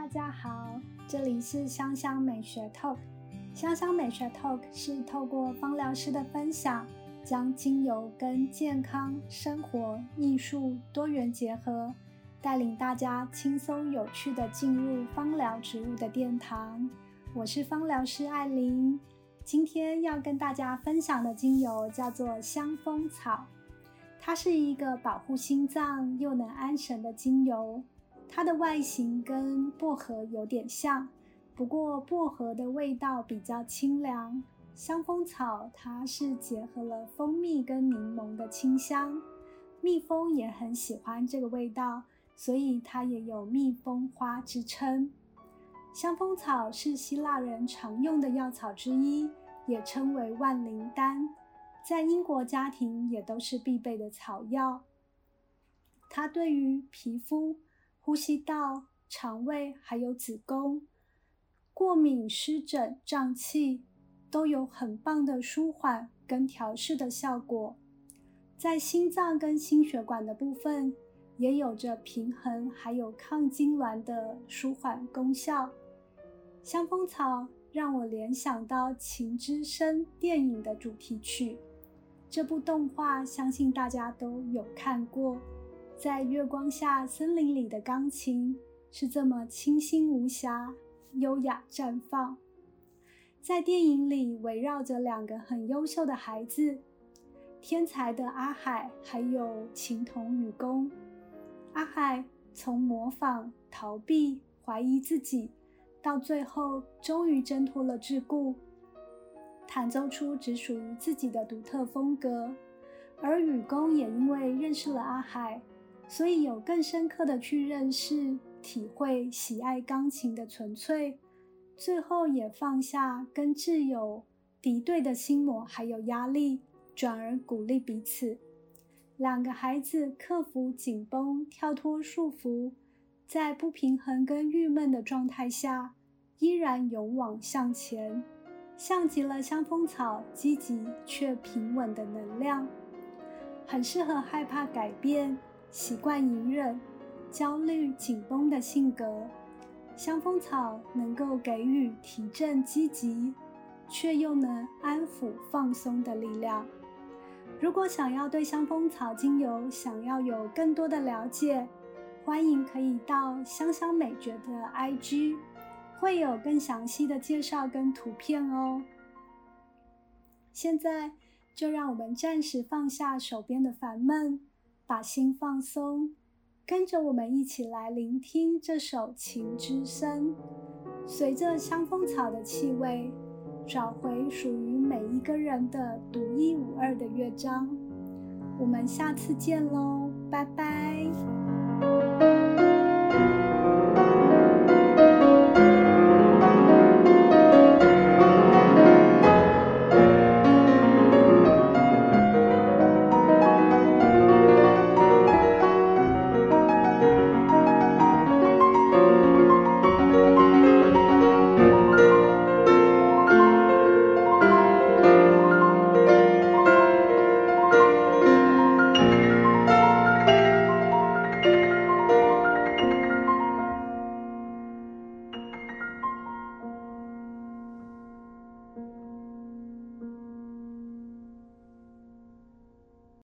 大家好，这里是香香美学 Talk。香香美学 Talk 是透过芳疗师的分享，将精油跟健康、生活、艺术多元结合，带领大家轻松有趣的进入芳疗植物的殿堂。我是芳疗师艾琳，今天要跟大家分享的精油叫做香蜂草，它是一个保护心脏又能安神的精油。它的外形跟薄荷有点像，不过薄荷的味道比较清凉。香蜂草它是结合了蜂蜜跟柠檬的清香，蜜蜂也很喜欢这个味道，所以它也有蜜蜂花之称。香蜂草是希腊人常用的药草之一，也称为万灵丹，在英国家庭也都是必备的草药。它对于皮肤、呼吸道、肠胃还有子宫、过敏、湿疹、胀气都有很棒的舒缓跟调适的效果。在心脏跟心血管的部分也有着平衡还有抗痉挛的舒缓功效。香蜂草让我联想到《情之声》电影的主题曲，这部动画相信大家都有看过，在月光下森林里的钢琴是这么清新无瑕，优雅绽放。在电影里围绕着两个很优秀的孩子，天才的阿海还有情同雨宫。阿海从模仿、逃避、怀疑自己，到最后终于挣脱了桎梏，弹奏出只属于自己的独特风格。而雨宫也因为认识了阿海，所以有更深刻的去认识、体会、喜爱钢琴的纯粹，最后也放下跟挚友敌对的心魔还有压力，转而鼓励彼此。两个孩子克服紧绷，跳脱束缚，在不平衡跟郁闷的状态下，依然勇往向前，像极了香蜂草积极却平稳的能量，很适合害怕改变、习惯隐忍、焦虑紧绷的性格。香蜂草能够给予提振积极，却又能安抚放松的力量。如果想要对香蜂草精油想要有更多的了解，欢迎可以到香香美觉的 IG， 会有更详细的介绍跟图片哦。现在就让我们暂时放下手边的烦闷，把心放松，跟着我们一起来聆听这首情之声，随着香蜂草的气味，找回属于每一个人的独一无二的乐章。我们下次见咯，拜拜。